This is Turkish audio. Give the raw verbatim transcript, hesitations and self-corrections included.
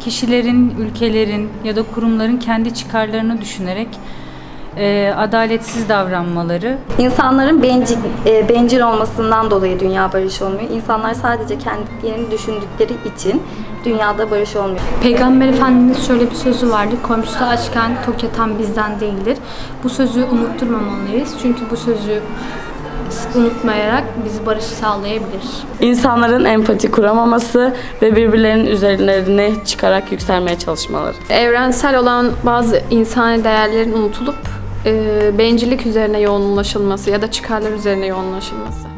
kişilerin, ülkelerin ya da kurumların kendi çıkarlarını düşünerek e, adaletsiz davranmaları. İnsanların bencil, e, bencil olmasından dolayı dünya barış olmuyor. İnsanlar sadece kendilerini düşündükleri için dünyada barış olmuyor. Peygamber Efendimiz şöyle bir sözü vardı: komşusu açken tok yatan bizden değildir. Bu sözü unutturmamalıyız. Çünkü bu sözü unutmayarak bizi barışı sağlayabilir. İnsanların empati kuramaması ve birbirlerinin üzerlerine çıkarak yükselmeye çalışmaları. Evrensel olan bazı insani değerlerin unutulup e, bencillik üzerine yoğunlaşılması ya da çıkarlar üzerine yoğunlaşılması.